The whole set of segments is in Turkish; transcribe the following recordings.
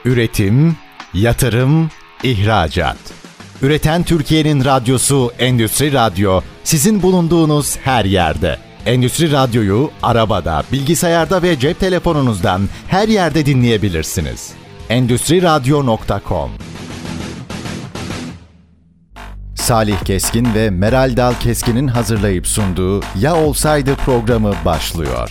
Üretim, yatırım, ihracat. Üreten Türkiye'nin radyosu Endüstri Radyo, sizin bulunduğunuz her yerde. Endüstri Radyo'yu arabada, bilgisayarda ve cep telefonunuzdan her yerde dinleyebilirsiniz. Endüstriradyo.com. Salih Keskin ve Meral Dal Keskin'in hazırlayıp sunduğu Ya Olsaydı programı başlıyor.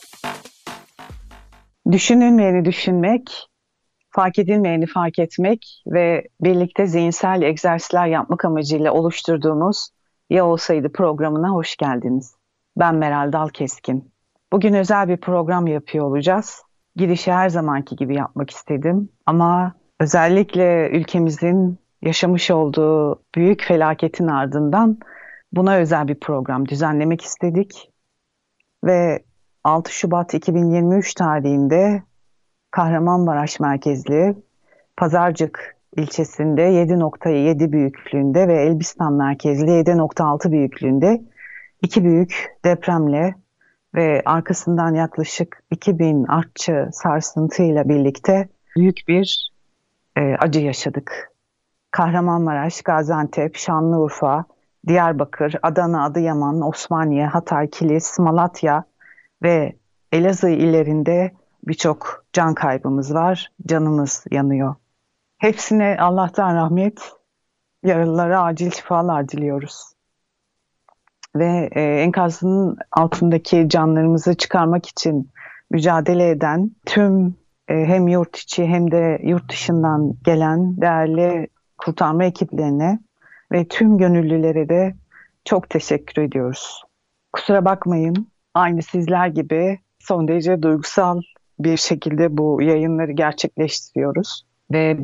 Düşünülmeyeni düşünmek, fark edilmeyeni fark etmek ve birlikte zihinsel egzersizler yapmak amacıyla oluşturduğumuz Ya Olsaydı programına hoş geldiniz. Ben Meral Dal Keskin. Bugün özel bir program yapıyor olacağız. Girişi her zamanki gibi yapmak istedim ama özellikle ülkemizin yaşamış olduğu büyük felaketin ardından buna özel bir program düzenlemek istedik. Ve 6 Şubat 2023 tarihinde Kahramanmaraş merkezli Pazarcık ilçesinde 7.7 büyüklüğünde ve Elbistan merkezli 7.6 büyüklüğünde iki büyük depremle ve arkasından yaklaşık 2000 artçı sarsıntıyla birlikte büyük bir acı yaşadık. Kahramanmaraş, Gaziantep, Şanlıurfa, Diyarbakır, Adana, Adıyaman, Osmaniye, Hatay, Kilis, Malatya ve Elazığ illerinde birçok can kaybımız var, canımız yanıyor. Hepsine Allah'tan rahmet, yaralılara acil şifalar diliyoruz. Ve enkazın altındaki canlarımızı çıkarmak için mücadele eden tüm hem yurt içi hem de yurt dışından gelen değerli kurtarma ekiplerine ve tüm gönüllülere de çok teşekkür ediyoruz. Kusura bakmayın, aynı sizler gibi son derece duygusal bir şekilde bu yayınları gerçekleştiriyoruz. Ve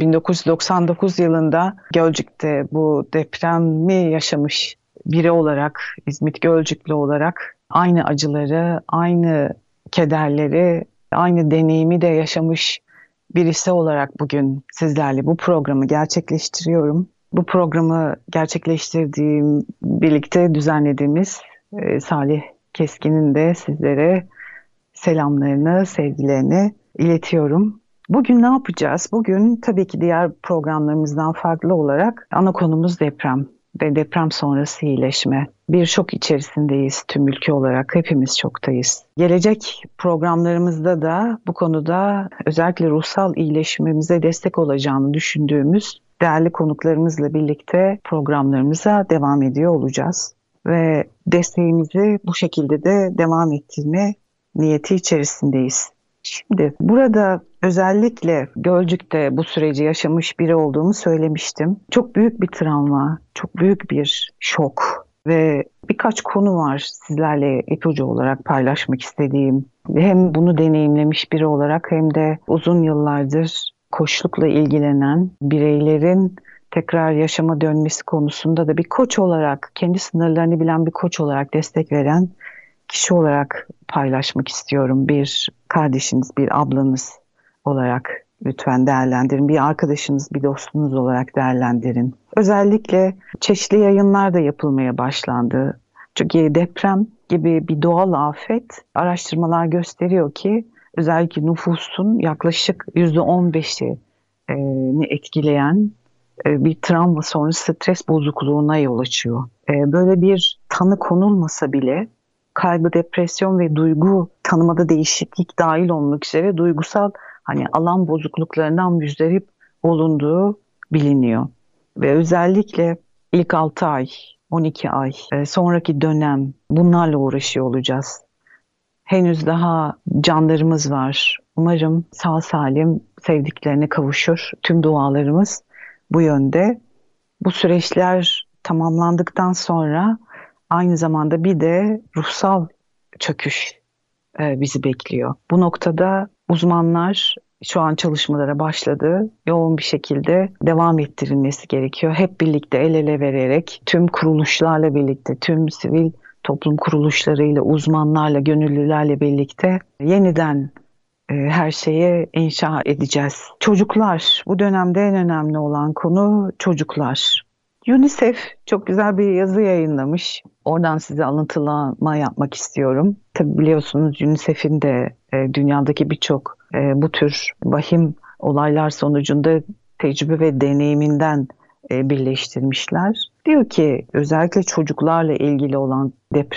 1999 yılında Gölcük'te bu depremi yaşamış biri olarak, İzmit Gölcüklü olarak aynı acıları, aynı kederleri, aynı deneyimi de yaşamış birisi olarak bugün sizlerle bu programı gerçekleştiriyorum. Bu programı gerçekleştirdiğim, birlikte düzenlediğimiz Salih Keskin'in de sizlere selamlarını, sevgilerini iletiyorum. Bugün ne yapacağız? Bugün tabii ki diğer programlarımızdan farklı olarak ana konumuz deprem ve deprem sonrası iyileşme. Bir şok içerisindeyiz tüm ülke olarak, hepimiz şoktayız. Gelecek programlarımızda da bu konuda özellikle ruhsal iyileşmemize destek olacağını düşündüğümüz değerli konuklarımızla birlikte programlarımıza devam ediyor olacağız. Ve desteğimizi bu şekilde de devam ettirme niyeti içerisindeyiz. Şimdi burada özellikle Gölcük'te bu süreci yaşamış biri olduğumu söylemiştim. Çok büyük bir travma, çok büyük bir şok ve birkaç konu var sizlerle ipucu olarak paylaşmak istediğim. Hem bunu deneyimlemiş biri olarak hem de uzun yıllardır koçlukla ilgilenen bireylerin tekrar yaşama dönmesi konusunda da bir koç olarak, kendi sınırlarını bilen bir koç olarak destek veren kişi olarak paylaşmak istiyorum. Bir kardeşiniz, bir ablanız olarak lütfen değerlendirin. Bir arkadaşınız, bir dostunuz olarak değerlendirin. Özellikle çeşitli yayınlar da yapılmaya başlandı. Çünkü deprem gibi bir doğal afet, araştırmalar gösteriyor ki özellikle nüfusun yaklaşık %15'ini etkileyen bir travma sonrası stres bozukluğuna yol açıyor. Böyle bir tanı konulmasa bile kaygı, depresyon ve duygu tanımada değişiklik dahil olmak üzere duygusal alan bozukluklarından müzdarip olunduğu biliniyor. Ve özellikle ilk 6 ay, 12 ay, sonraki dönem bunlarla uğraşıyor olacağız. Henüz daha canlarımız var. Umarım sağ salim sevdiklerine kavuşur. Tüm dualarımız bu yönde. Bu süreçler tamamlandıktan sonra aynı zamanda bir de ruhsal çöküş bizi bekliyor. Bu noktada uzmanlar şu an çalışmalara başladı. Yoğun bir şekilde devam ettirilmesi gerekiyor. Hep birlikte el ele vererek tüm kuruluşlarla birlikte, tüm sivil toplum kuruluşlarıyla, uzmanlarla, gönüllülerle birlikte yeniden her şeye inşa edeceğiz. Çocuklar, bu dönemde en önemli olan konu çocuklar. UNICEF çok güzel bir yazı yayınlamış. Oradan size alıntılama yapmak istiyorum. Tabii biliyorsunuz UNICEF'in de dünyadaki birçok bu tür vahim olaylar sonucunda tecrübe ve deneyiminden birleştirmişler. Diyor ki özellikle çocuklarla ilgili olan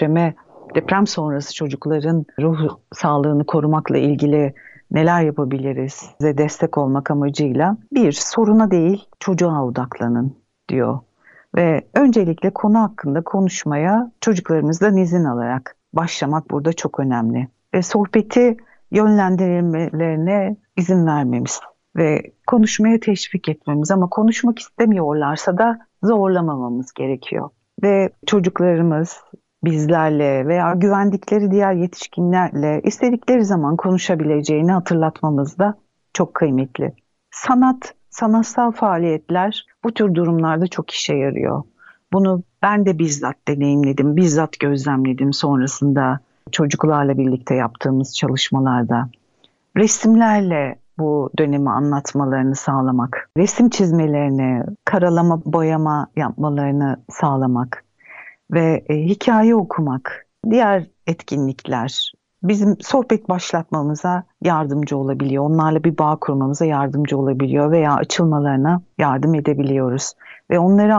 deprem sonrası çocukların ruh sağlığını korumakla ilgili neler yapabiliriz size destek olmak amacıyla bir soruna değil çocuğa odaklanın diyor. Ve öncelikle konu hakkında konuşmaya çocuklarımızdan izin alarak başlamak burada çok önemli. Ve sohbeti yönlendirilmelerine izin vermemiz ve konuşmaya teşvik etmemiz ama konuşmak istemiyorlarsa da zorlamamamız gerekiyor. Ve çocuklarımız bizlerle veya güvendikleri diğer yetişkinlerle istedikleri zaman konuşabileceğini hatırlatmamız da çok kıymetli. Sanatsal faaliyetler bu tür durumlarda çok işe yarıyor. Bunu ben de bizzat deneyimledim, bizzat gözlemledim sonrasında çocuklarla birlikte yaptığımız çalışmalarda. Resimlerle bu dönemi anlatmalarını sağlamak, resim çizmelerini, karalama, boyama yapmalarını sağlamak ve hikaye okumak, diğer etkinlikler bizim sohbet başlatmamıza yardımcı olabiliyor. Onlarla bir bağ kurmamıza yardımcı olabiliyor veya açılmalarına yardım edebiliyoruz. Ve onları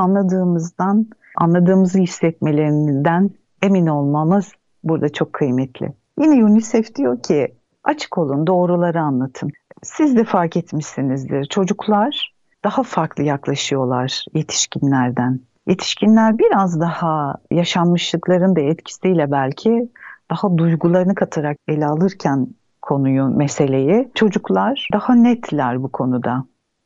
anladığımızı hissetmelerinden emin olmamız burada çok kıymetli. Yine UNICEF diyor ki açık olun, doğruları anlatın. Siz de fark etmişsinizdir. Çocuklar daha farklı yaklaşıyorlar yetişkinlerden. Yetişkinler biraz daha yaşanmışlıkların da etkisiyle belki daha duygularını katarak ele alırken konuyu, meseleyi, çocuklar daha netler bu konuda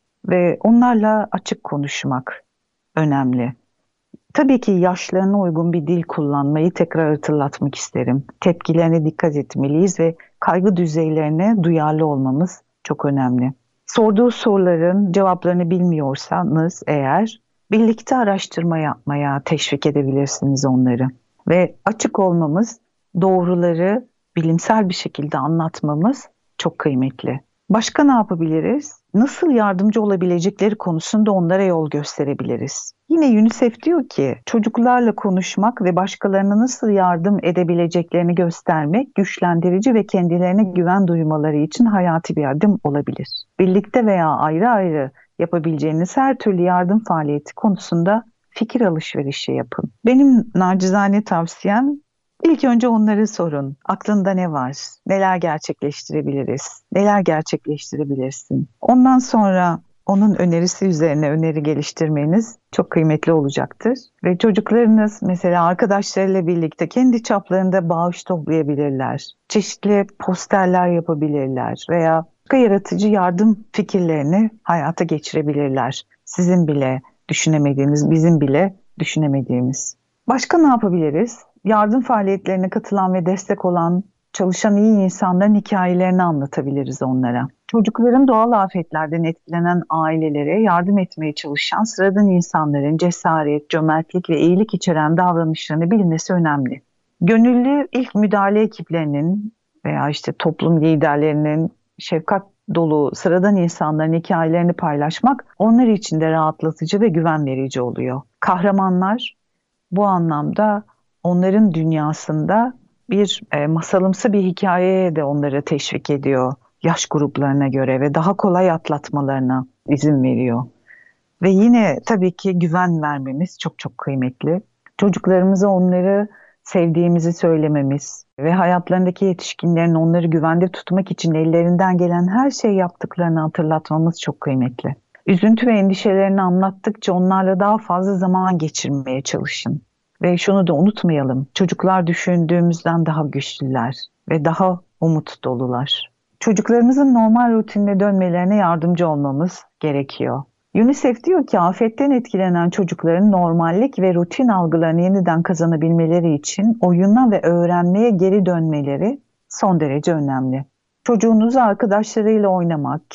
ve onlarla açık konuşmak önemli. Tabii ki yaşlarına uygun bir dil kullanmayı tekrar hatırlatmak isterim. Tepkilerine dikkat etmeliyiz ve kaygı düzeylerine duyarlı olmamız çok önemli. Sorduğu soruların cevaplarını bilmiyorsanız eğer birlikte araştırma yapmaya teşvik edebilirsiniz onları. Ve açık olmamız, doğruları bilimsel bir şekilde anlatmamız çok kıymetli. Başka ne yapabiliriz? Nasıl yardımcı olabilecekleri konusunda onlara yol gösterebiliriz. Yine UNICEF diyor ki çocuklarla konuşmak ve başkalarına nasıl yardım edebileceklerini göstermek güçlendirici ve kendilerine güven duymaları için hayati bir adım olabilir. Birlikte veya ayrı ayrı yapabileceğiniz her türlü yardım faaliyeti konusunda fikir alışverişi yapın. Benim nacizane tavsiyem İlk önce onları sorun. Aklında ne var? Neler gerçekleştirebiliriz? Neler gerçekleştirebilirsin? Ondan sonra onun önerisi üzerine öneri geliştirmeniz çok kıymetli olacaktır. Ve çocuklarınız mesela arkadaşlarıyla birlikte kendi çaplarında bağış toplayabilirler. Çeşitli posterler yapabilirler veya yaratıcı yardım fikirlerini hayata geçirebilirler. Sizin bile düşünemediğiniz, bizim bile düşünemediğimiz. Başka ne yapabiliriz? Yardım faaliyetlerine katılan ve destek olan, çalışan iyi insanların hikayelerini anlatabiliriz onlara. Çocukların doğal afetlerden etkilenen ailelere yardım etmeye çalışan sıradan insanların cesaret, cömertlik ve iyilik içeren davranışlarını bilmesi önemli. Gönüllü ilk müdahale ekiplerinin veya toplum liderlerinin şefkat dolu sıradan insanların hikayelerini paylaşmak onlar için de rahatlatıcı ve güven verici oluyor. Kahramanlar bu anlamda onların dünyasında bir masalımsı bir hikayeye de onları teşvik ediyor yaş gruplarına göre ve daha kolay atlatmalarına izin veriyor. Ve yine tabii ki güven vermemiz çok çok kıymetli. Çocuklarımıza onları sevdiğimizi söylememiz ve hayatlarındaki yetişkinlerin onları güvende tutmak için ellerinden gelen her şeyi yaptıklarını hatırlatmamız çok kıymetli. Üzüntü ve endişelerini anlattıkça onlarla daha fazla zaman geçirmeye çalışın. Ve şunu da unutmayalım, çocuklar düşündüğümüzden daha güçlüler ve daha umut dolular. Çocuklarımızın normal rutinine dönmelerine yardımcı olmamız gerekiyor. UNICEF diyor ki afetten etkilenen çocukların normallik ve rutin algılarını yeniden kazanabilmeleri için oyuna ve öğrenmeye geri dönmeleri son derece önemli. Çocuğunuzu arkadaşlarıyla oynamak,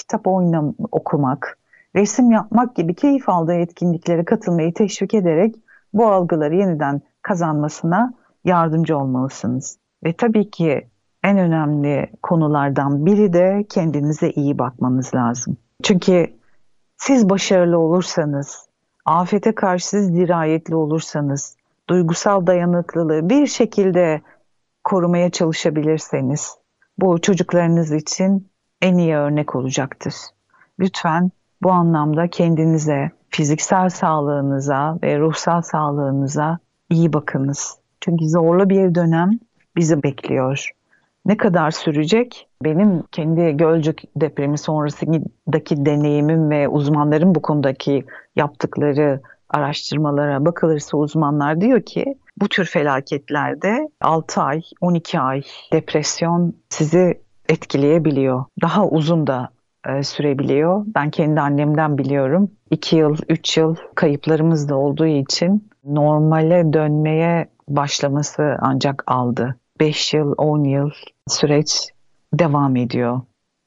okumak, resim yapmak gibi keyif aldığı etkinliklere katılmayı teşvik ederek bu algıları yeniden kazanmasına yardımcı olmalısınız. Ve tabii ki en önemli konulardan biri de kendinize iyi bakmanız lazım. Çünkü siz başarılı olursanız, afete karşı siz dirayetli olursanız, duygusal dayanıklılığı bir şekilde korumaya çalışabilirseniz, bu çocuklarınız için en iyi örnek olacaktır. lütfen bu anlamda kendinize, fiziksel sağlığınıza ve ruhsal sağlığınıza iyi bakınız. Çünkü zorlu bir dönem bizi bekliyor. Ne kadar sürecek? Benim kendi Gölcük depremi sonrasındaki deneyimim ve uzmanların bu konudaki yaptıkları araştırmalara bakılırsa uzmanlar diyor ki bu tür felaketlerde 6 ay, 12 ay depresyon sizi etkileyebiliyor. Daha uzun da sürebiliyor. Ben kendi annemden biliyorum. 2 yıl, 3 yıl kayıplarımız da olduğu için normale dönmeye başlaması ancak aldı. 5 yıl, 10 yıl süreç devam ediyor.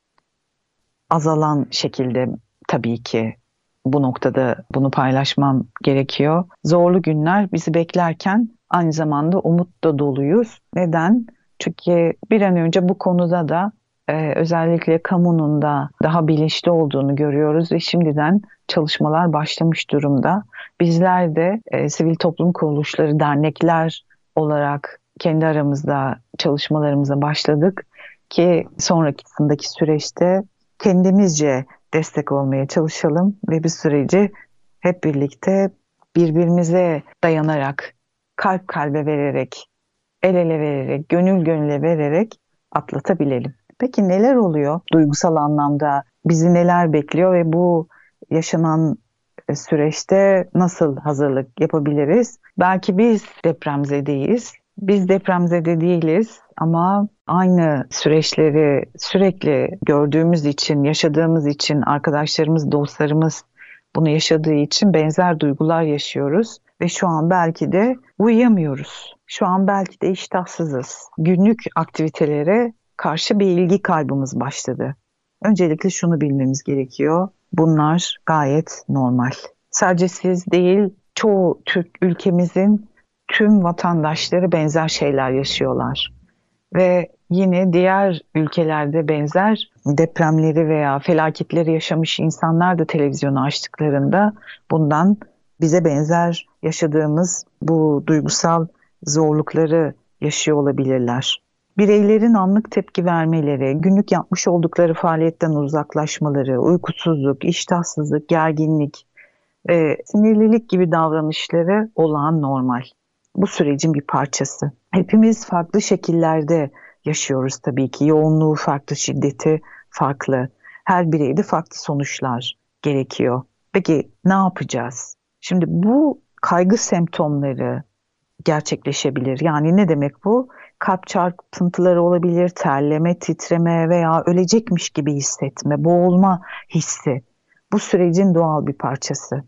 Azalan şekilde tabii ki bu noktada bunu paylaşmam gerekiyor. Zorlu günler bizi beklerken aynı zamanda umut da doluyuz. Neden? Çünkü bir an önce bu konuda da özellikle kamunun da daha bilinçli olduğunu görüyoruz ve şimdiden çalışmalar başlamış durumda. Bizler de sivil toplum kuruluşları, dernekler olarak kendi aramızda çalışmalarımıza başladık ki sonrakisindeki süreçte kendimizce destek olmaya çalışalım ve bir süreci hep birlikte birbirimize dayanarak, kalp kalbe vererek, el ele vererek, gönül gönüle vererek atlatabilelim. Peki neler oluyor? Duygusal anlamda bizi neler bekliyor ve bu yaşanan süreçte nasıl hazırlık yapabiliriz? Belki biz depremzedeyiz. Biz depremzede değiliz ama aynı süreçleri sürekli gördüğümüz için, yaşadığımız için, arkadaşlarımız, dostlarımız bunu yaşadığı için benzer duygular yaşıyoruz. Ve şu an belki de uyuyamıyoruz. Şu an belki de iştahsızız. Günlük aktivitelere karşı bir ilgi kaybımız başladı. Öncelikle şunu bilmemiz gerekiyor. Bunlar gayet normal. Sadece siz değil, çoğu Türk ülkemizin tüm vatandaşları benzer şeyler yaşıyorlar. Ve yine diğer ülkelerde benzer depremleri veya felaketleri yaşamış insanlar da televizyonu açtıklarında bundan bize benzer yaşadığımız bu duygusal zorlukları yaşıyor olabilirler. Bireylerin anlık tepki vermeleri, günlük yapmış oldukları faaliyetten uzaklaşmaları, uykusuzluk, iştahsızlık, gerginlik ve sinirlilik gibi davranışları olağan normal. Bu sürecin bir parçası. Hepimiz farklı şekillerde yaşıyoruz tabii ki. Yoğunluğu farklı, şiddeti farklı. Her bireyde farklı sonuçlar gerekiyor. Peki ne yapacağız? Şimdi bu kaygı semptomları gerçekleşebilir. Yani ne demek bu? Kalp çarpıntıları olabilir, terleme, titreme veya ölecekmiş gibi hissetme, boğulma hissi. Bu sürecin doğal bir parçası.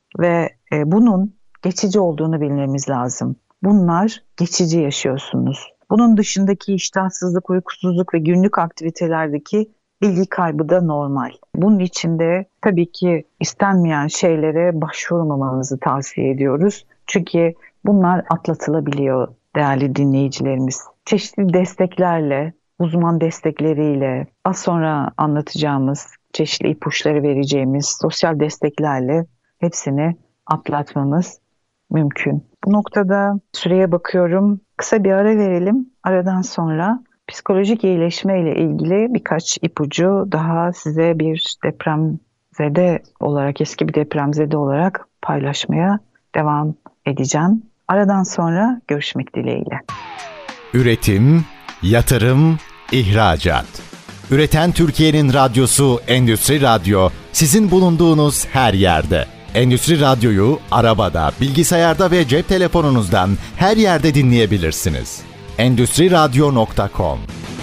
Ve bunun geçici olduğunu bilmemiz lazım. Bunlar geçici yaşıyorsunuz. Bunun dışındaki iştahsızlık, uykusuzluk ve günlük aktivitelerdeki ilgi kaybı da normal. Bunun içinde tabii ki istenmeyen şeylere başvurmamanızı tavsiye ediyoruz. Çünkü bunlar atlatılabiliyor değerli dinleyicilerimiz. Çeşitli desteklerle, uzman destekleriyle, az sonra anlatacağımız, çeşitli ipuçları vereceğimiz sosyal desteklerle hepsini atlatmamız mümkün. Bu noktada süreye bakıyorum. Kısa bir ara verelim. Aradan sonra psikolojik iyileşme ile ilgili birkaç ipucu daha size bir depremzede olarak, eski bir depremzede olarak paylaşmaya devam edeceğim. Aradan sonra görüşmek dileğiyle. Üretim, yatırım, ihracat. Üreten Türkiye'nin radyosu Endüstri Radyo, sizin bulunduğunuz her yerde. Endüstri Radyo'yu arabada, bilgisayarda ve cep telefonunuzdan her yerde dinleyebilirsiniz. Endüstriradyo.com.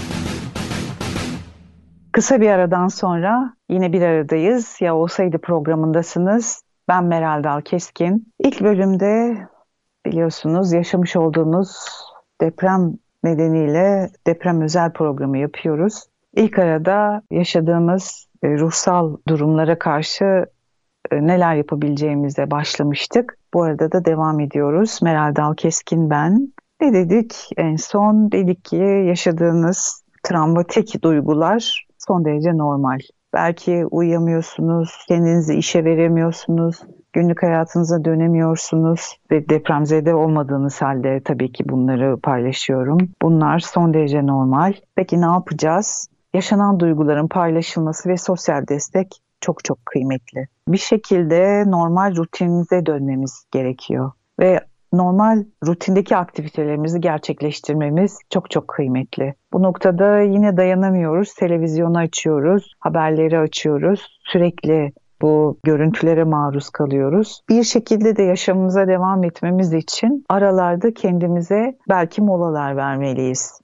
Kısa bir aradan sonra yine bir aradayız. Ya olsaydı programındasınız. Ben Meral Dal Keskin. İlk bölümde biliyorsunuz yaşamış olduğumuz deprem nedeniyle deprem özel programı yapıyoruz. İlk arada yaşadığımız ruhsal durumlara karşı neler yapabileceğimize başlamıştık. Bu arada da devam ediyoruz. Meral Dal Keskin ben. Ne dedik en son? Dedik ki yaşadığınız travmatik duygular son derece normal. Belki uyuyamıyorsunuz, kendinizi işe veremiyorsunuz, günlük hayatınıza dönemiyorsunuz ve depremzede olmadığınız halde tabii ki bunları paylaşıyorum. Bunlar son derece normal. Peki ne yapacağız? Yaşanan duyguların paylaşılması ve sosyal destek çok çok kıymetli. Bir şekilde normal rutinimize dönmemiz gerekiyor ve normal rutindeki aktivitelerimizi gerçekleştirmemiz çok çok kıymetli. Bu noktada yine dayanamıyoruz. Televizyonu açıyoruz, haberleri açıyoruz. Sürekli bu görüntülere maruz kalıyoruz. Bir şekilde de yaşamımıza devam etmemiz için aralarda kendimize belki molalar vermeliyiz.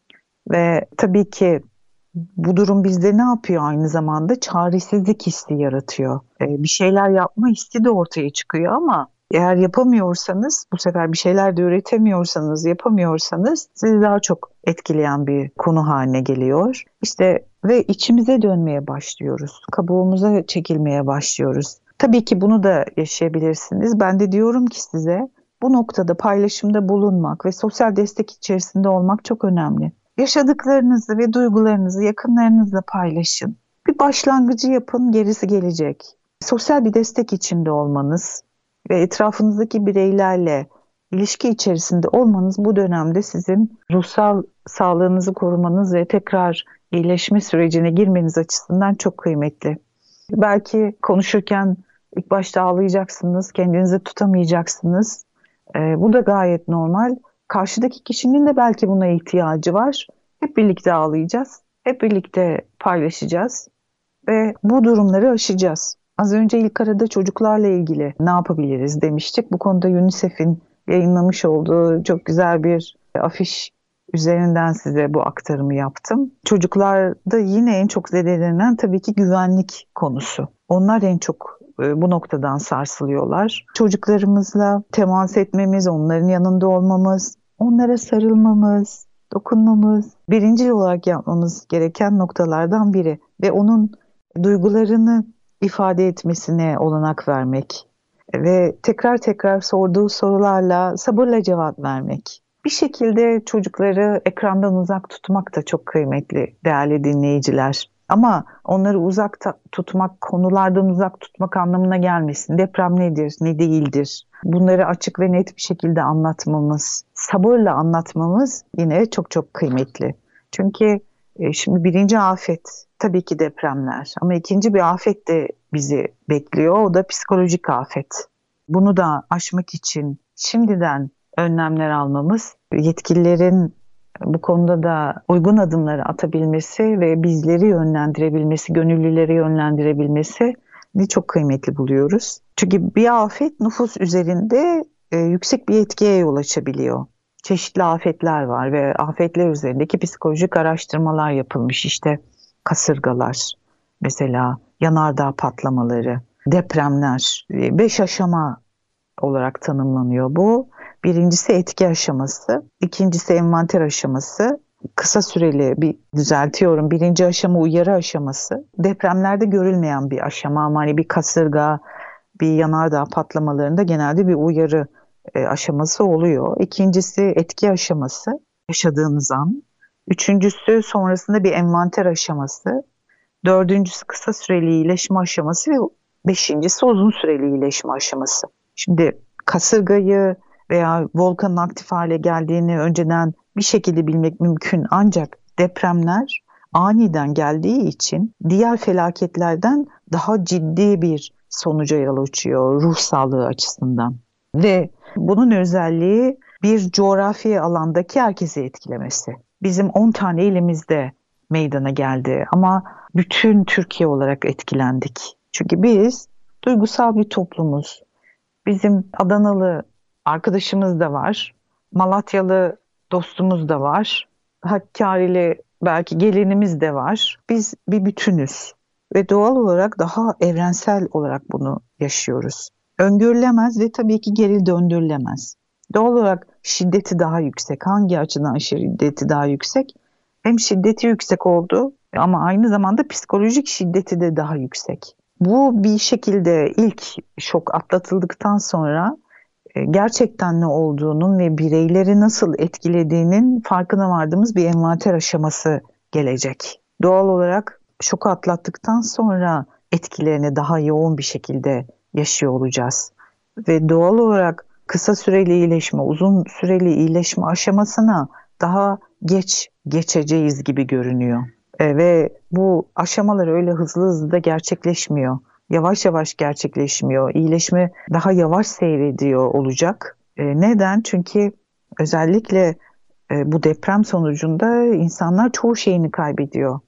Ve tabii ki bu durum bizde ne yapıyor aynı zamanda? Çaresizlik hissi yaratıyor. Bir şeyler yapma isteği de ortaya çıkıyor ama eğer yapamıyorsanız, bu sefer bir şeyler de üretemiyorsanız, yapamıyorsanız sizi daha çok etkileyen bir konu haline geliyor. İşte ve içimize dönmeye başlıyoruz. Kabuğumuza çekilmeye başlıyoruz. Tabii ki bunu da yaşayabilirsiniz. Ben de diyorum ki size bu noktada paylaşımda bulunmak ve sosyal destek içerisinde olmak çok önemli. Yaşadıklarınızı ve duygularınızı yakınlarınızla paylaşın. Bir başlangıcı yapın, gerisi gelecek. Sosyal bir destek içinde olmanız ve etrafınızdaki bireylerle ilişki içerisinde olmanız bu dönemde sizin ruhsal sağlığınızı korumanız ve tekrar iyileşme sürecine girmeniz açısından çok kıymetli. Belki konuşurken ilk başta ağlayacaksınız, kendinizi tutamayacaksınız. Bu da gayet normal. Karşıdaki kişinin de belki buna ihtiyacı var. Hep birlikte ağlayacağız, hep birlikte paylaşacağız ve bu durumları aşacağız. Az önce ilk arada çocuklarla ilgili ne yapabiliriz demiştik. Bu konuda UNICEF'in yayınlamış olduğu çok güzel bir afiş üzerinden size bu aktarımı yaptım. Çocuklarda yine en çok zedelenen tabii ki güvenlik konusu. Onlar en çok bu noktadan sarsılıyorlar. Çocuklarımızla temas etmemiz, onların yanında olmamız, onlara sarılmamız, dokunmamız birinci olarak yapmamız gereken noktalardan biri ve onun duygularını ifade etmesine olanak vermek ve tekrar tekrar sorduğu sorularla sabırla cevap vermek. Bir şekilde çocukları ekrandan uzak tutmak da çok kıymetli değerli dinleyiciler. Ama onları uzak tutmak, konulardan uzak tutmak anlamına gelmesin. Deprem nedir, ne değildir? Bunları açık ve net bir şekilde anlatmamız, sabırla anlatmamız yine çok çok kıymetli. Çünkü şimdi birinci afet tabii ki depremler ama ikinci bir afet de bizi bekliyor. O da psikolojik afet. Bunu da aşmak için şimdiden önlemler almamız, yetkililerin bu konuda da uygun adımları atabilmesi ve bizleri yönlendirebilmesi, gönüllüleri yönlendirebilmesi çok kıymetli buluyoruz. Çünkü bir afet nüfus üzerinde yüksek bir etkiye yol açabiliyor. Çeşitli afetler var ve afetler üzerindeki psikolojik araştırmalar yapılmış. İşte kasırgalar, mesela yanardağ patlamaları, depremler, 5 aşama olarak tanımlanıyor bu. Birincisi etki aşaması, ikincisi envanter aşaması, kısa süreli düzeltiyorum. Birinci aşama uyarı aşaması. Depremlerde görülmeyen bir aşama ama hani bir kasırga, bir yanardağ patlamalarında genelde bir uyarı aşaması oluyor. İkincisi etki aşaması, yaşadığımız an. Üçüncüsü sonrasında bir envanter aşaması. Dördüncüsü kısa süreli iyileşme aşaması ve beşincisi uzun süreli iyileşme aşaması. Şimdi kasırgayı veya volkanın aktif hale geldiğini önceden bir şekilde bilmek mümkün ancak depremler aniden geldiği için diğer felaketlerden daha ciddi bir sonuca yol açıyor ruh sağlığı açısından. Ve bunun özelliği bir coğrafi alandaki herkesi etkilemesi. Bizim 10 tane ilimizde meydana geldi ama bütün Türkiye olarak etkilendik. Çünkü biz duygusal bir toplumuz. Bizim Adanalı arkadaşımız da var, Malatyalı dostumuz da var, Hakkari'li belki gelinimiz de var. Biz bir bütünüz ve doğal olarak daha evrensel olarak bunu yaşıyoruz. Öngörülemez ve tabii ki geri döndürülemez. Doğal olarak şiddeti daha yüksek. Hangi açıdan şiddeti daha yüksek? Hem şiddeti yüksek oldu ama aynı zamanda psikolojik şiddeti de daha yüksek. Bu bir şekilde ilk şok atlatıldıktan sonra gerçekten ne olduğunun ve bireyleri nasıl etkilediğinin farkına vardığımız bir envanter aşaması gelecek. Doğal olarak şoku atlattıktan sonra etkilerini daha yoğun bir şekilde yaşıyor olacağız. Ve doğal olarak kısa süreli iyileşme, uzun süreli iyileşme aşamasına daha geç geçeceğiz gibi görünüyor. Ve bu aşamalar öyle hızlı hızlı da gerçekleşmiyor. Yavaş yavaş gerçekleşmiyor. İyileşme daha yavaş seyrediyor olacak. Neden? Çünkü özellikle bu deprem sonucunda insanlar çoğu şeyini kaybediyor.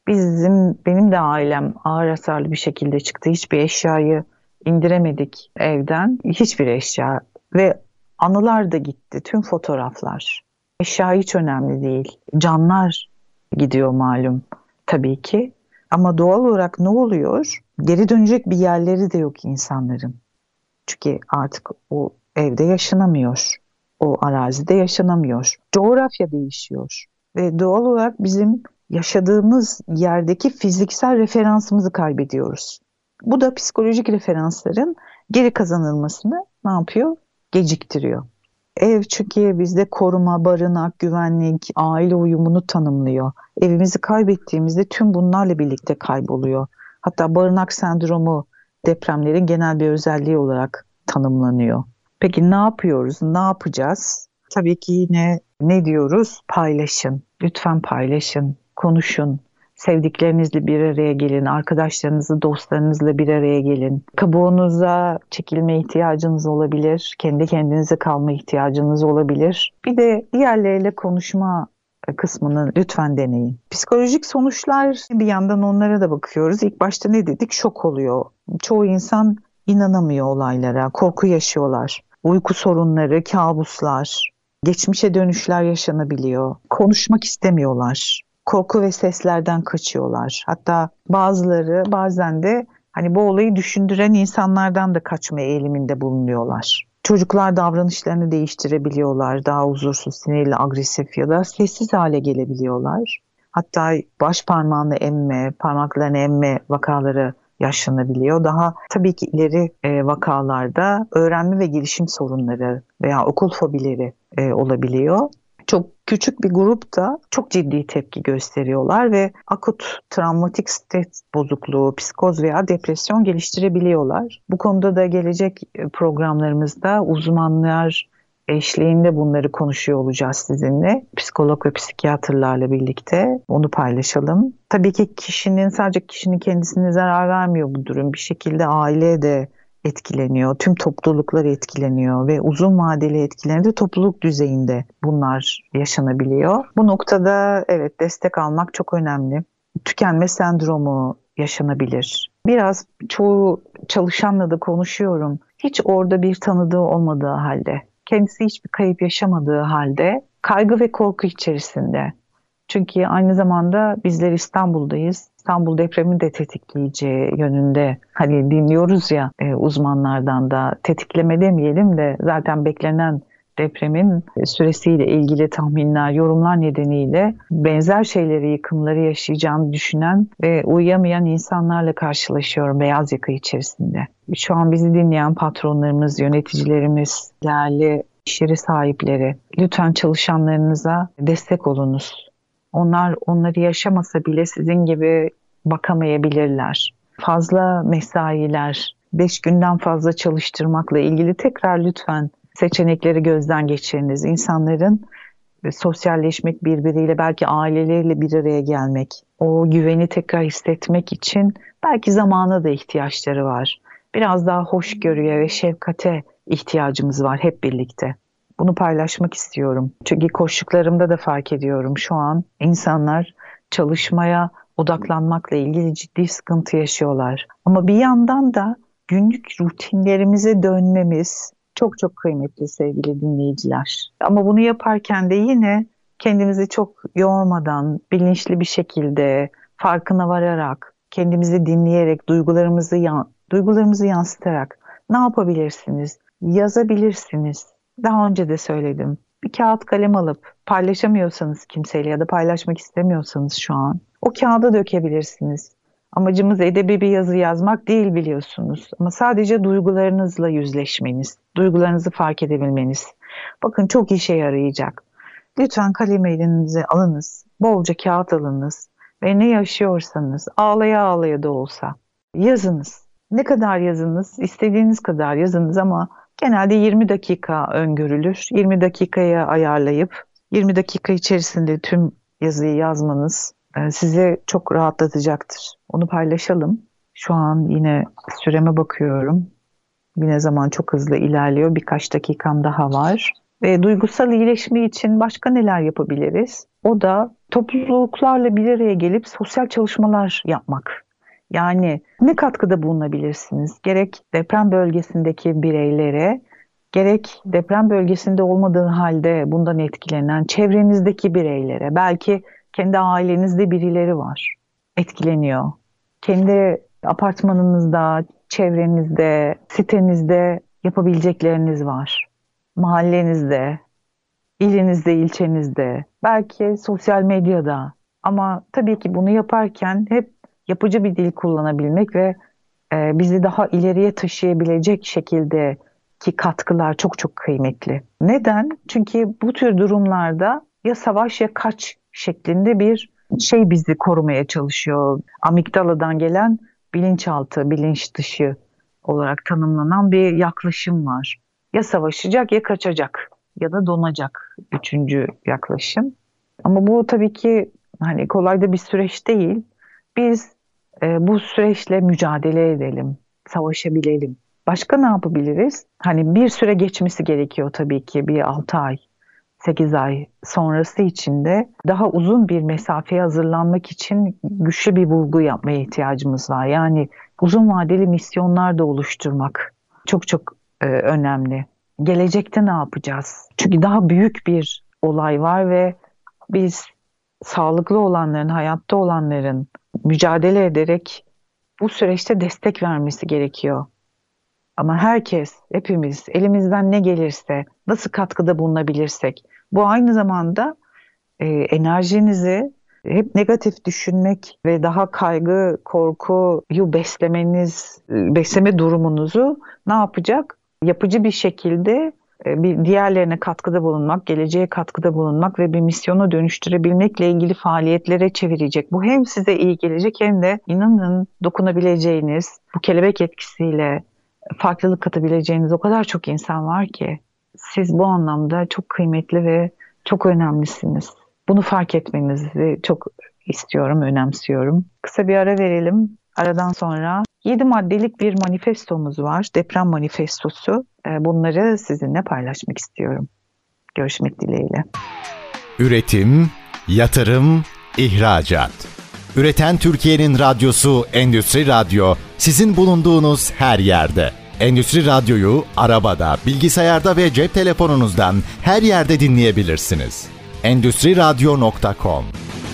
Benim de ailem ağır hasarlı bir şekilde çıktı. Hiçbir eşyayı indiremedik evden. Hiçbir eşya ve anılar da gitti. Tüm fotoğraflar. Eşya hiç önemli değil. Canlar gidiyor malum tabii ki. Ama doğal olarak ne oluyor? Geri dönecek bir yerleri de yok insanların. Çünkü artık o evde yaşanamıyor. O arazide yaşanamıyor. Coğrafya değişiyor. Ve doğal olarak bizim yaşadığımız yerdeki fiziksel referansımızı kaybediyoruz. Bu da psikolojik referansların geri kazanılmasını ne yapıyor? Geciktiriyor. Ev çünkü bizde koruma, barınak, güvenlik, aile uyumunu tanımlıyor. Evimizi kaybettiğimizde tüm bunlarla birlikte kayboluyor. Hatta barınak sendromu depremlerin genel bir özelliği olarak tanımlanıyor. Peki ne yapıyoruz? Ne yapacağız? Tabii ki yine ne diyoruz? Paylaşın. Lütfen paylaşın, konuşun. Sevdiklerinizle bir araya gelin, arkadaşlarınızla, dostlarınızla bir araya gelin. Kabuğunuza çekilme ihtiyacınız olabilir, kendi kendinize kalma ihtiyacınız olabilir. Bir de diğerleriyle konuşma kısmını lütfen deneyin. Psikolojik sonuçlar bir yandan onlara da bakıyoruz. İlk başta ne dedik? Şok oluyor. Çoğu insan inanamıyor olaylara, korku yaşıyorlar. Uyku sorunları, kabuslar, geçmişe dönüşler yaşanabiliyor. Konuşmak istemiyorlar. Korku ve seslerden kaçıyorlar. Hatta bazıları bazen de hani bu olayı düşündüren insanlardan da kaçma eğiliminde bulunuyorlar. Çocuklar davranışlarını değiştirebiliyorlar. Daha huzursuz, sinirli, agresif ya da sessiz hale gelebiliyorlar. Hatta baş parmağını emme, parmaklarını emme vakaları yaşanabiliyor. Daha tabii ki ileri vakalarda öğrenme ve gelişim sorunları veya okul fobileri olabiliyor. Çok küçük bir grup da çok ciddi tepki gösteriyorlar ve akut travmatik stres bozukluğu, psikoz veya depresyon geliştirebiliyorlar. Bu konuda da gelecek programlarımızda uzmanlar eşliğinde bunları konuşuyor olacağız sizinle. Psikolog ve psikiyatrlarla birlikte onu paylaşalım. Tabii ki sadece kişinin kendisine zarar vermiyor bu durum. Bir şekilde aile de etkileniyor. Tüm topluluklar etkileniyor ve uzun vadeli etkileri de topluluk düzeyinde bunlar yaşanabiliyor. Bu noktada evet destek almak çok önemli. Tükenme sendromu yaşanabilir. Biraz çoğu çalışanla da konuşuyorum. Hiç orada bir tanıdığı olmadığı halde, kendisi hiçbir kayıp yaşamadığı halde kaygı ve korku içerisinde. Çünkü aynı zamanda bizler İstanbul'dayız. İstanbul depremi de tetikleyeceği yönünde hani dinliyoruz ya uzmanlardan da tetikleme demeyelim de zaten beklenen depremin süresiyle ilgili tahminler, yorumlar nedeniyle benzer şeyleri, yıkımları yaşayacağını düşünen ve uyuyamayan insanlarla karşılaşıyorum beyaz yaka içerisinde. Şu an bizi dinleyen patronlarımız, yöneticilerimiz, değerli iş yeri sahipleri, lütfen çalışanlarınıza destek olunuz. Onlar onları yaşamasa bile sizin gibi bakamayabilirler. Fazla mesailer, 5 günden fazla çalıştırmakla ilgili tekrar lütfen seçenekleri gözden geçiriniz. İnsanların sosyalleşmek birbiriyle, belki aileleriyle bir araya gelmek, o güveni tekrar hissetmek için belki zamana da ihtiyaçları var. Biraz daha hoşgörüye ve şefkate ihtiyacımız var hep birlikte. Bunu paylaşmak istiyorum. Çünkü koştuklarımda da fark ediyorum şu an insanlar çalışmaya odaklanmakla ilgili ciddi sıkıntı yaşıyorlar. Ama bir yandan da günlük rutinlerimize dönmemiz çok çok kıymetli sevgili dinleyiciler. Ama bunu yaparken de yine kendimizi çok yormadan, bilinçli bir şekilde, farkına vararak, kendimizi dinleyerek, duygularımızı yansıtarak ne yapabilirsiniz? Yazabilirsiniz. Daha önce de söyledim. Bir kağıt kalem alıp paylaşamıyorsanız kimseyle ya da paylaşmak istemiyorsanız şu an o kağıda dökebilirsiniz. Amacımız edebi bir yazı yazmak değil biliyorsunuz. Ama sadece duygularınızla yüzleşmeniz, duygularınızı fark edebilmeniz. Bakın çok işe yarayacak. Lütfen kalemi elinize alınız, bolca kağıt alınız ve ne yaşıyorsanız ağlaya ağlaya da olsa yazınız. Ne kadar yazınız, istediğiniz kadar yazınız ama genelde 20 dakika öngörülür. 20 dakikaya ayarlayıp 20 dakika içerisinde tüm yazıyı yazmanız sizi çok rahatlatacaktır. Onu paylaşalım. Şu an yine süreme bakıyorum. Yine zaman çok hızlı ilerliyor. Birkaç dakikam daha var. Ve duygusal iyileşme için başka neler yapabiliriz? O da topluluklarla bir araya gelip sosyal çalışmalar yapmak. Yani ne katkıda bulunabilirsiniz? Gerek deprem bölgesindeki bireylere, gerek deprem bölgesinde olmadığı halde bundan etkilenen çevrenizdeki bireylere, belki kendi ailenizde birileri var, etkileniyor. Kendi apartmanınızda, çevrenizde, sitenizde yapabilecekleriniz var. Mahallenizde, ilinizde, ilçenizde, belki sosyal medyada. Ama tabii ki bunu yaparken hep yapıcı bir dil kullanabilmek ve bizi daha ileriye taşıyabilecek şekildeki katkılar çok çok kıymetli. Neden? Çünkü bu tür durumlarda ya savaş ya kaç şeklinde bir şey bizi korumaya çalışıyor. Amigdaladan gelen bilinçaltı, bilinç dışı olarak tanımlanan bir yaklaşım var. Ya savaşacak ya kaçacak ya da donacak üçüncü yaklaşım. Ama bu tabii ki hani kolay da bir süreç değil. Biz bu süreçle mücadele edelim, savaşabilelim. Başka ne yapabiliriz? Hani bir süre geçmesi gerekiyor tabii ki, bir 6 ay, 8 ay sonrası için de daha uzun bir mesafeye hazırlanmak için güçlü bir bulgu yapmaya ihtiyacımız var. Yani uzun vadeli misyonlar da oluşturmak çok çok önemli. Gelecekte ne yapacağız? Çünkü daha büyük bir olay var ve biz sağlıklı olanların, hayatta olanların mücadele ederek bu süreçte destek vermesi gerekiyor. Ama herkes, hepimiz elimizden ne gelirse, nasıl katkıda bulunabilirsek, bu aynı zamanda enerjinizi hep negatif düşünmek ve daha kaygı, korkuyu besleme durumunuzu ne yapacak? Yapıcı bir şekilde bir diğerlerine katkıda bulunmak, geleceğe katkıda bulunmak ve bir misyonu dönüştürebilmekle ilgili faaliyetlere çevirecek. Bu hem size iyi gelecek hem de inanın dokunabileceğiniz, bu kelebek etkisiyle farklılık katabileceğiniz o kadar çok insan var ki siz bu anlamda çok kıymetli ve çok önemlisiniz. Bunu fark etmenizi çok istiyorum, önemsiyorum. Kısa bir ara verelim. Aradan sonra 7 maddelik bir manifestomuz var. Deprem manifestosu. Bunları sizinle paylaşmak istiyorum. Görüşmek dileğiyle. Üretim, yatırım, ihracat. Üreten Türkiye'nin radyosu Endüstri Radyo, sizin bulunduğunuz her yerde. Endüstri Radyo'yu arabada, bilgisayarda ve cep telefonunuzdan her yerde dinleyebilirsiniz. Endüstriradyo.com.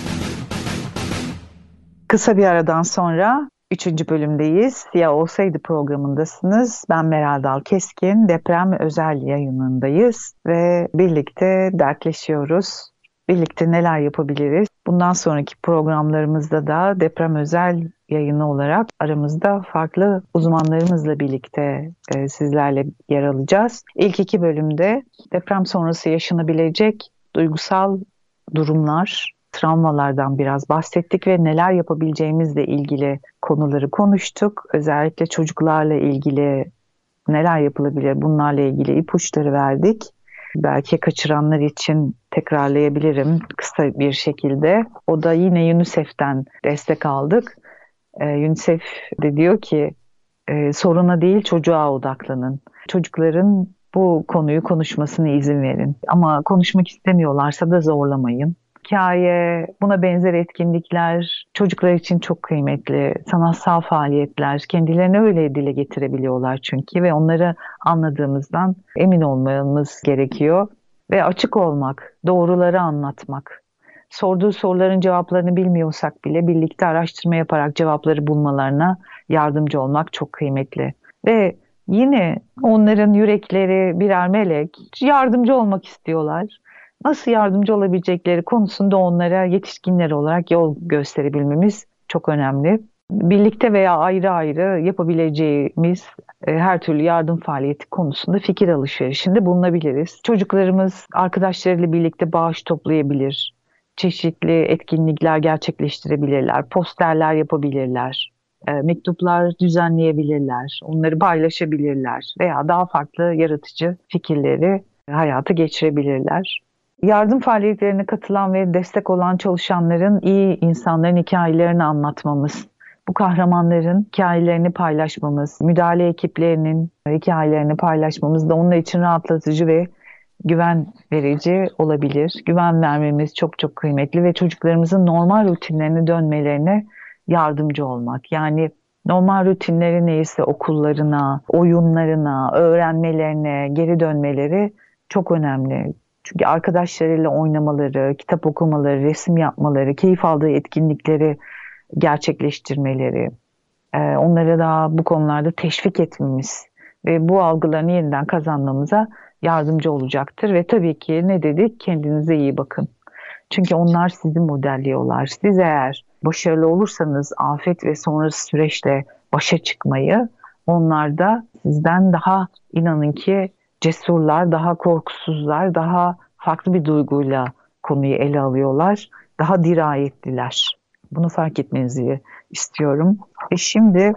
Kısa bir aradan sonra 3. bölümdeyiz. Ya olsaydı programındasınız. Ben Meral Dal Keskin, deprem özel yayınındayız ve birlikte dertleşiyoruz. Birlikte neler yapabiliriz? Bundan sonraki programlarımızda da deprem özel yayını olarak aramızda farklı uzmanlarımızla birlikte sizlerle yer alacağız. İlk 2 bölümde deprem sonrası yaşanabilecek duygusal durumlar, travmalardan biraz bahsettik ve neler yapabileceğimizle ilgili konuları konuştuk. Özellikle çocuklarla ilgili neler yapılabilir, bunlarla ilgili ipuçları verdik. Belki kaçıranlar için tekrarlayabilirim kısa bir şekilde. O da yine UNICEF'ten destek aldık. UNICEF de diyor ki soruna değil çocuğa odaklanın. Çocukların bu konuyu konuşmasına izin verin. Ama konuşmak istemiyorlarsa da zorlamayın. Hikaye, buna benzer etkinlikler çocuklar için çok kıymetli. Sanatsal faaliyetler kendilerini öyle dile getirebiliyorlar çünkü ve onları anladığımızdan emin olmamız gerekiyor. Ve açık olmak, doğruları anlatmak. Sorduğu soruların cevaplarını bilmiyorsak bile birlikte araştırma yaparak cevapları bulmalarına yardımcı olmak çok kıymetli. Ve yine onların yürekleri birer melek, yardımcı olmak istiyorlar. Nasıl yardımcı olabilecekleri konusunda onlara yetişkinler olarak yol gösterebilmemiz çok önemli. Birlikte veya ayrı ayrı yapabileceğimiz her türlü yardım faaliyeti konusunda fikir alışverişinde bulunabiliriz. Çocuklarımız arkadaşlarıyla birlikte bağış toplayabilir, çeşitli etkinlikler gerçekleştirebilirler, posterler yapabilirler, mektuplar düzenleyebilirler, onları paylaşabilirler veya daha farklı yaratıcı fikirleri hayata geçirebilirler. Yardım faaliyetlerine katılan ve destek olan çalışanların, iyi insanların hikayelerini anlatmamız, bu kahramanların hikayelerini paylaşmamız, müdahale ekiplerinin hikayelerini paylaşmamız da onlar için rahatlatıcı ve güven verici olabilir. Güven vermemiz çok çok kıymetli ve çocuklarımızın normal rutinlerine dönmelerine yardımcı olmak. Yani normal rutinleri neyse okullarına, oyunlarına, öğrenmelerine geri dönmeleri çok önemli. Çünkü arkadaşlarıyla oynamaları, kitap okumaları, resim yapmaları, keyif aldığı etkinlikleri gerçekleştirmeleri, onları da bu konularda teşvik etmemiz ve bu algılarını yeniden kazanmamıza yardımcı olacaktır. Ve tabii ki ne dedik? Kendinize iyi bakın. Çünkü onlar sizi modelliyorlar. Siz eğer başarılı olursanız afet ve sonrası süreçle başa çıkmayı, onlar da sizden daha inanın ki cesurlar, daha korkusuzlar, daha farklı bir duyguyla konuyu ele alıyorlar. Daha dirayetliler. Bunu fark etmenizi istiyorum. Şimdi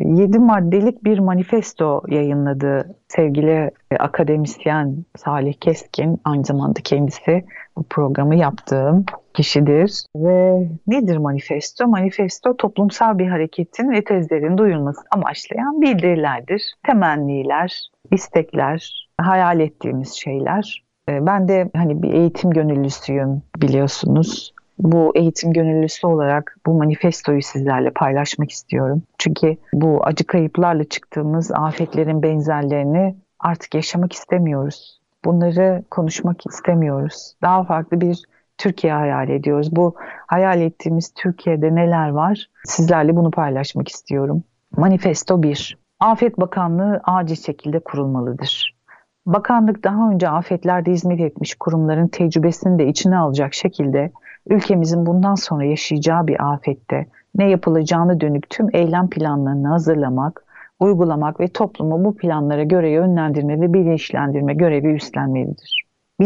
7 maddelik bir manifesto yayınladı sevgili akademisyen Salih Keskin. Aynı zamanda kendisi bu programı yaptığım kişidir. Ve nedir manifesto? Manifesto toplumsal bir hareketin ve tezlerin duyulması amaçlayan bildirilerdir. Temenniler, istekler, hayal ettiğimiz şeyler. Ben de hani bir eğitim gönüllüsüyüm biliyorsunuz. Bu eğitim gönüllüsü olarak bu manifestoyu sizlerle paylaşmak istiyorum. Çünkü bu acı kayıplarla çıktığımız afetlerin benzerlerini artık yaşamak istemiyoruz. Bunları konuşmak istemiyoruz. Daha farklı bir Türkiye hayal ediyoruz. Bu hayal ettiğimiz Türkiye'de neler var? Sizlerle bunu paylaşmak istiyorum. Manifesto 1. Afet Bakanlığı acil şekilde kurulmalıdır. Bakanlık daha önce afetlerde hizmet etmiş kurumların tecrübesini de içine alacak şekilde ülkemizin bundan sonra yaşayacağı bir afette ne yapılacağını dönük tüm eylem planlarını hazırlamak, uygulamak ve toplumu bu planlara göre yönlendirme ve bilinçlendirme görevi üstlenmelidir.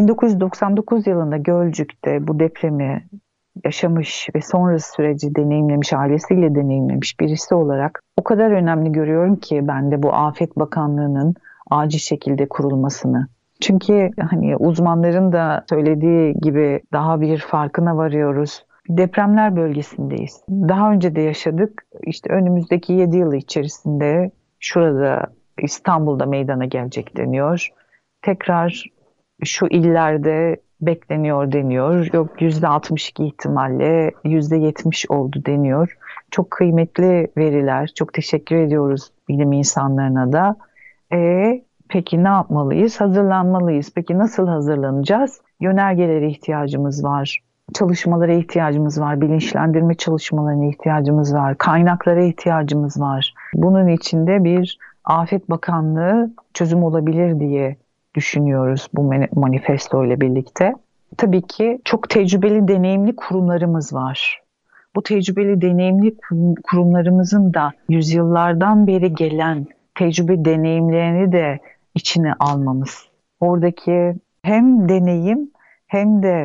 1999 yılında Gölcük'te bu depremi yaşamış ve sonrası süreci deneyimlemiş, ailesiyle deneyimlemiş birisi olarak o kadar önemli görüyorum ki ben de bu Afet Bakanlığı'nın acil şekilde kurulmasını. Çünkü hani uzmanların da söylediği gibi daha bir farkına varıyoruz. Depremler bölgesindeyiz. Daha önce de yaşadık. İşte önümüzdeki 7 yıl içerisinde şurada İstanbul'da meydana gelecek deniyor. Tekrar şu illerde bekleniyor deniyor. Yok %62 ihtimalle %70 oldu deniyor. Çok kıymetli veriler. Çok teşekkür ediyoruz bilim insanlarına da. Peki ne yapmalıyız? Hazırlanmalıyız. Peki nasıl hazırlanacağız? Yönergelere ihtiyacımız var. Çalışmalara ihtiyacımız var. Bilinçlendirme çalışmalarına ihtiyacımız var. Kaynaklara ihtiyacımız var. Bunun içinde bir Afet Bakanlığı çözüm olabilir diye düşünüyoruz bu manifesto ile birlikte. Tabii ki çok tecrübeli, deneyimli kurumlarımız var. Bu tecrübeli, deneyimli kurumlarımızın da yüzyıllardan beri gelen tecrübe deneyimlerini de içine almamız. Oradaki hem deneyim hem de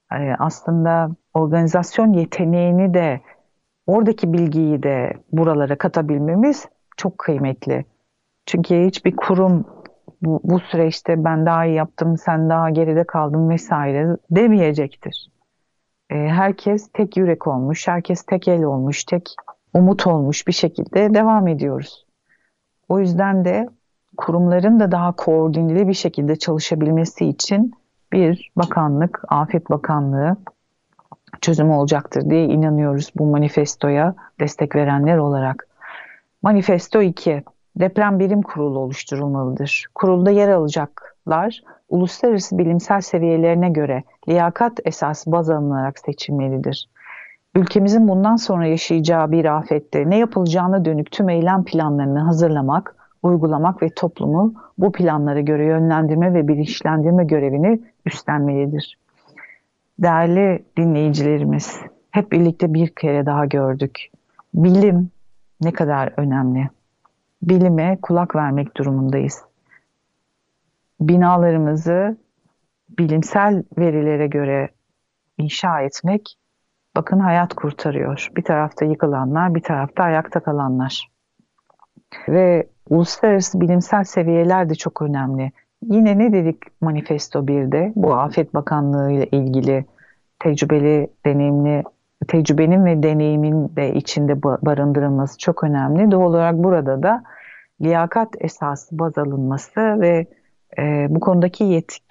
aslında organizasyon yeteneğini de oradaki bilgiyi de buralara katabilmemiz çok kıymetli. Çünkü hiçbir kurum bu süreçte ben daha iyi yaptım, sen daha geride kaldın vesaire demeyecektir. Herkes tek yürek olmuş, herkes tek el olmuş, tek umut olmuş bir şekilde devam ediyoruz. O yüzden de kurumların da daha koordineli bir şekilde çalışabilmesi için bir bakanlık, Afet Bakanlığı çözümü olacaktır diye inanıyoruz bu manifestoya destek verenler olarak. Manifesto 2. Deprem Bilim Kurulu oluşturulmalıdır. Kurulda yer alacaklar uluslararası bilimsel seviyelerine göre liyakat esası baz alınarak seçilmelidir. Ülkemizin bundan sonra yaşayacağı bir afette ne yapılacağına dönük tüm eylem planlarını hazırlamak, uygulamak ve toplumu bu planlara göre yönlendirme ve bilinçlendirme görevini üstlenmelidir. Değerli dinleyicilerimiz, hep birlikte bir kere daha gördük. Bilim ne kadar önemli. Bilime kulak vermek durumundayız. Binalarımızı bilimsel verilere göre inşa etmek, bakın hayat kurtarıyor. Bir tarafta yıkılanlar, bir tarafta ayakta kalanlar. Ve uluslararası bilimsel seviyeler de çok önemli. Yine ne dedik Manifesto 1'de? Bu Afet Bakanlığı ile ilgili tecrübeli, deneyimli, tecrübenin ve deneyimin de içinde barındırılması çok önemli. Doğal olarak burada da liyakat esası baz alınması ve bu konudaki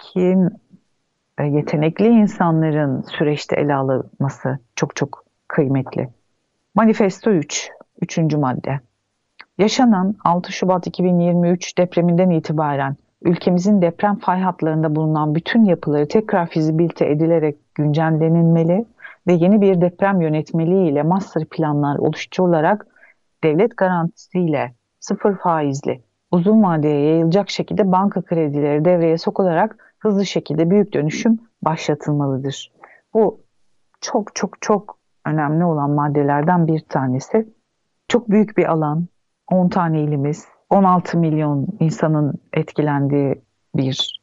yetenekli insanların süreçte ele alınması çok çok kıymetli. Manifesto 3, üçüncü madde. Yaşanan 6 Şubat 2023 depreminden itibaren ülkemizin deprem fay hatlarında bulunan bütün yapıları tekrar fizibilite edilerek güncellenilmeli ve yeni bir deprem yönetmeliği ile master planlar oluşturularak devlet garantisiyle sıfır faizli uzun vadeye yayılacak şekilde banka kredileri devreye sokularak hızlı şekilde büyük dönüşüm başlatılmalıdır. Bu çok çok çok önemli olan maddelerden bir tanesi. Çok büyük bir alan, 10 tane ilimiz, 16 milyon insanın etkilendiği bir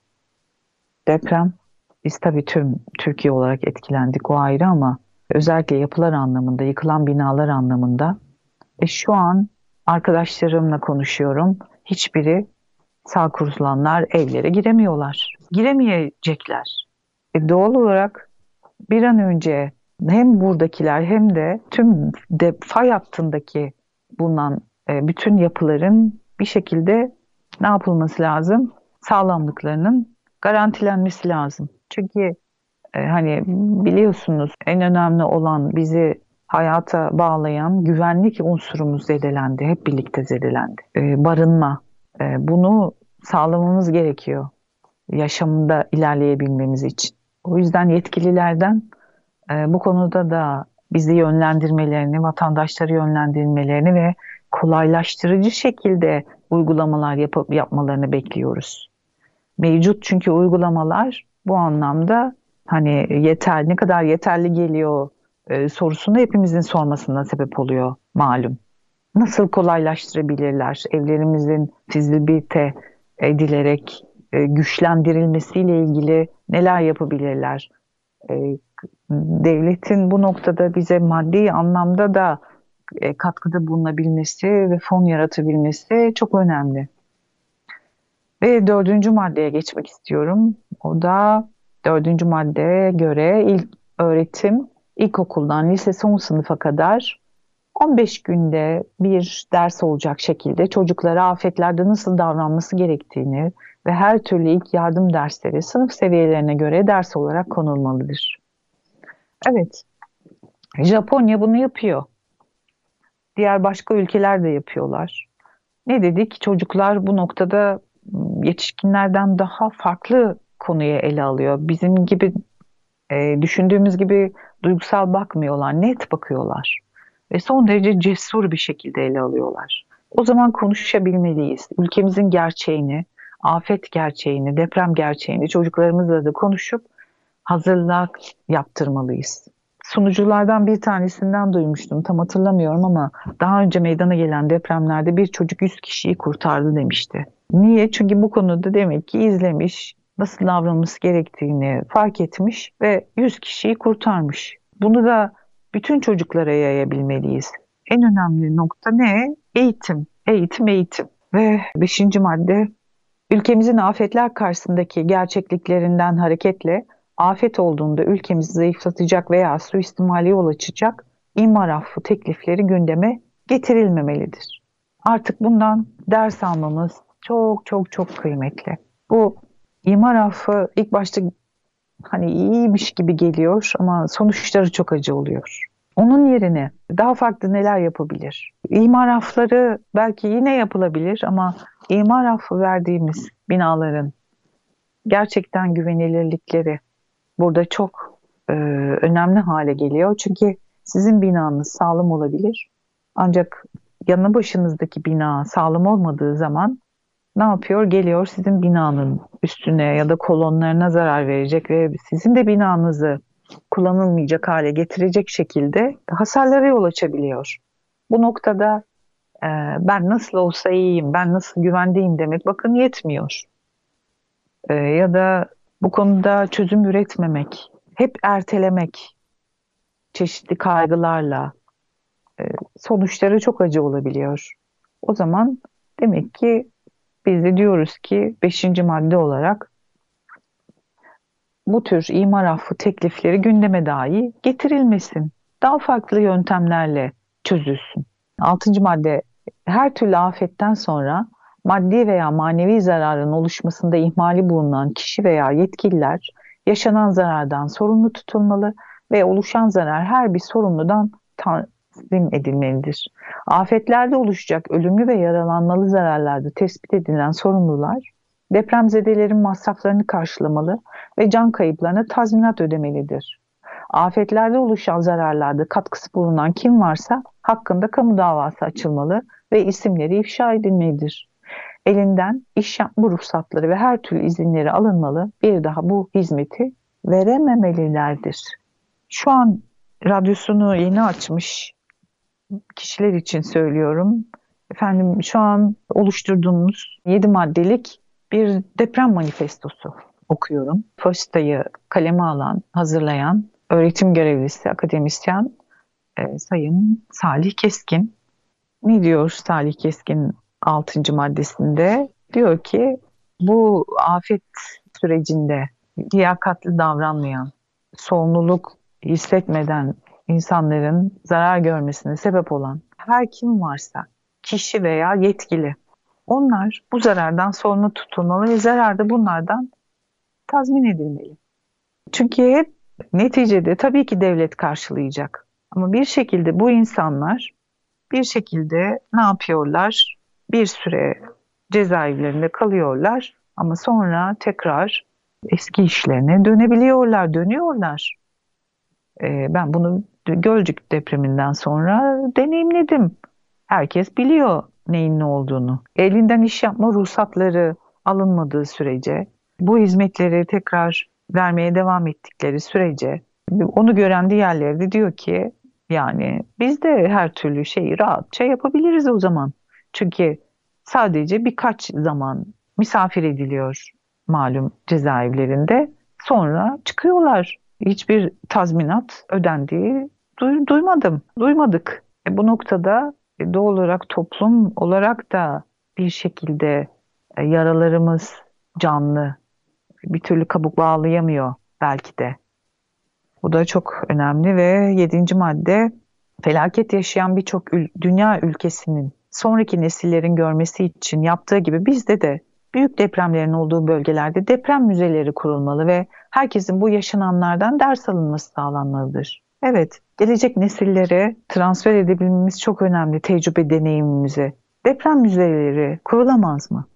deprem. Biz tabii tüm Türkiye olarak etkilendik, o ayrı, ama özellikle yapılar anlamında, yıkılan binalar anlamında. Şu an arkadaşlarımla konuşuyorum. Hiçbiri, sağ kurtulanlar, evlere giremiyorlar. Giremeyecekler. Doğal olarak bir an önce hem buradakiler hem de tüm fay hattındaki bulunan bütün yapıların bir şekilde ne yapılması lazım? Sağlamlıklarının garantilenmesi lazım. Çünkü hani biliyorsunuz, en önemli olan bizi hayata bağlayan güvenlik unsurumuz zedelendi. Hep birlikte zedelendi. Barınma. Bunu sağlamamız gerekiyor yaşamında ilerleyebilmemiz için. O yüzden yetkililerden bu konuda da bizi yönlendirmelerini, vatandaşları yönlendirmelerini ve kolaylaştırıcı şekilde uygulamalar yapmalarını bekliyoruz. Mevcut çünkü uygulamalar bu anlamda hani yeterli, ne kadar yeterli geliyor sorusunu hepimizin sormasına sebep oluyor malum. Nasıl kolaylaştırabilirler? Evlerimizin fizibilite edilerek güçlendirilmesiyle ilgili neler yapabilirler? Devletin bu noktada bize maddi anlamda da katkıda bulunabilmesi ve fon yaratabilmesi çok önemli. Ve dördüncü maddeye geçmek istiyorum. O da dördüncü maddeye göre ilk öğretim ilkokuldan lise son sınıfa kadar 15 günde bir ders olacak şekilde çocuklara afetlerde nasıl davranması gerektiğini ve her türlü ilk yardım dersleri sınıf seviyelerine göre ders olarak konulmalıdır. Evet, Japonya bunu yapıyor. Diğer başka ülkeler de yapıyorlar. Ne dedik? Çocuklar bu noktada yetişkinlerden daha farklı konuyu ele alıyor. Bizim gibi düşündüğümüz gibi duygusal bakmıyorlar, net bakıyorlar. Ve son derece cesur bir şekilde ele alıyorlar. O zaman konuşabilmeliyiz. Ülkemizin gerçeğini, afet gerçeğini, deprem gerçeğini çocuklarımızla da konuşup hazırlık yaptırmalıyız. Sunuculardan bir tanesinden duymuştum, tam hatırlamıyorum, ama daha önce meydana gelen depremlerde bir çocuk 100 kişiyi kurtardı demişti. Niye? Çünkü bu konuda demek ki izlemiş, nasıl davranılması gerektiğini fark etmiş ve 100 kişiyi kurtarmış. Bunu da bütün çocuklara yayabilmeliyiz. En önemli nokta ne? Eğitim, eğitim, eğitim. Ve beşinci madde, ülkemizin afetler karşısındaki gerçekliklerinden hareketle afet olduğunda ülkemizi zayıflatacak veya suistimale yol açacak imar affı teklifleri gündeme getirilmemelidir. Artık bundan ders almamız çok çok çok kıymetli. Bu imar affı ilk başta hani iyiymiş gibi geliyor ama sonuçları çok acı oluyor. Onun yerine daha farklı neler yapabilir? İmar affları belki yine yapılabilir ama imar affı verdiğimiz binaların gerçekten güvenilirlikleri burada çok önemli hale geliyor. Çünkü sizin binanız sağlam olabilir. Ancak yanı başınızdaki bina sağlam olmadığı zaman ne yapıyor? Geliyor sizin binanın üstüne ya da kolonlarına zarar verecek ve sizin de binanızı kullanılmayacak hale getirecek şekilde hasarlara yol açabiliyor. Bu noktada ben nasıl olsa iyiyim, ben nasıl güvendeyim demek bakın yetmiyor. Ya da bu konuda çözüm üretmemek, hep ertelemek çeşitli kaygılarla sonuçları çok acı olabiliyor. O zaman demek ki Biz de diyoruz ki 5. madde olarak bu tür imar affı teklifleri gündeme dahi getirilmesin. Daha farklı yöntemlerle çözülsün. 6. madde, her türlü afetten sonra maddi veya manevi zararın oluşmasında ihmali bulunan kişi veya yetkililer yaşanan zarardan sorumlu tutulmalı ve oluşan zarar her bir sorumludan tanzim edilmelidir. Afetlerde oluşacak ölümlü ve yaralanmalı zararlarda tespit edilen sorumlular depremzedelerin masraflarını karşılamalı ve can kayıplarına tazminat ödemelidir. Afetlerde oluşan zararlarda katkısı bulunan kim varsa hakkında kamu davası açılmalı ve isimleri ifşa edilmelidir. Elinden iş yapma ruhsatları ve her türlü izinleri alınmalı, bir daha bu hizmeti verememelilerdir. Şu an radyosunu yeni açmış kişiler için söylüyorum. Efendim, şu an oluşturduğumuz 7 maddelik bir deprem manifestosu okuyorum. FÖSTA'yı kaleme alan, hazırlayan öğretim görevlisi, akademisyen Sayın Salih Keskin. Ne diyor Salih Keskin 6. maddesinde? Diyor ki bu afet sürecinde liyakatli davranmayan, sorumluluk hissetmeden insanların zarar görmesine sebep olan her kim varsa, kişi veya yetkili, onlar bu zarardan sorumlu tutulmalı ve zarar da bunlardan tazmin edilmeli. Çünkü hep neticede tabii ki devlet karşılayacak. Ama bir şekilde bu insanlar bir şekilde ne yapıyorlar? Bir süre cezaevlerinde kalıyorlar ama sonra tekrar eski işlerine dönüyorlar. Ben bunu Gölcük depreminden sonra deneyimledim. Herkes biliyor neyin ne olduğunu. Elinden iş yapma ruhsatları alınmadığı sürece, bu hizmetleri tekrar vermeye devam ettikleri sürece, onu gören diğerleri de diyor ki yani biz de her türlü şeyi rahatça yapabiliriz o zaman. Çünkü sadece birkaç zaman misafir ediliyor malum cezaevlerinde. Sonra çıkıyorlar. Hiçbir tazminat ödendiği duymadık. Bu noktada doğal olarak toplum olarak da bir şekilde yaralarımız canlı, bir türlü kabuk bağlayamıyor belki de. Bu da çok önemli ve 7. madde, felaket yaşayan birçok dünya ülkesinin sonraki nesillerin görmesi için yaptığı gibi bizde de büyük depremlerin olduğu bölgelerde deprem müzeleri kurulmalı ve herkesin bu yaşananlardan ders alınması sağlanmalıdır. Evet, gelecek nesillere transfer edebilmemiz çok önemli, tecrübe deneyimimizi. Deprem müzeleri kurulamaz mı?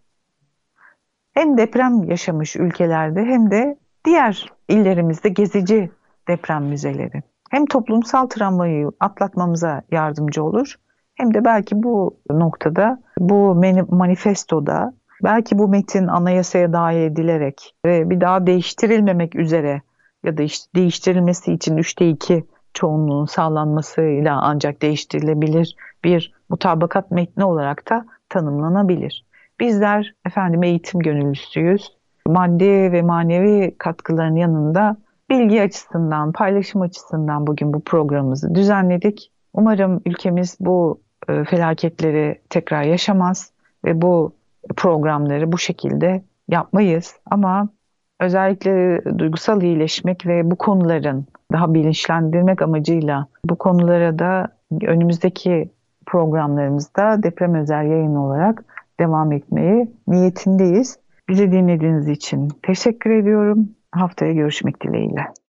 Hem deprem yaşamış ülkelerde hem de diğer illerimizde gezici deprem müzeleri. Hem toplumsal travmayı atlatmamıza yardımcı olur, hem de belki bu noktada, bu manifestoda, belki bu metin anayasaya dahil edilerek ve bir daha değiştirilmemek üzere ya da işte değiştirilmesi için 3'te 2 çoğunluğun sağlanmasıyla ancak değiştirilebilir bir mutabakat metni olarak da tanımlanabilir. Bizler efendim eğitim gönüllüsüyüz. Maddi ve manevi katkıların yanında bilgi açısından, paylaşım açısından bugün bu programımızı düzenledik. Umarım ülkemiz bu felaketleri tekrar yaşamaz ve bu programları bu şekilde yapmayız. Ama özellikle duygusal iyileşmek ve bu konuların daha bilinçlendirmek amacıyla bu konulara da önümüzdeki programlarımızda deprem özel yayın olarak devam etmeyi niyetindeyiz. Bizi dinlediğiniz için teşekkür ediyorum. Haftaya görüşmek dileğiyle.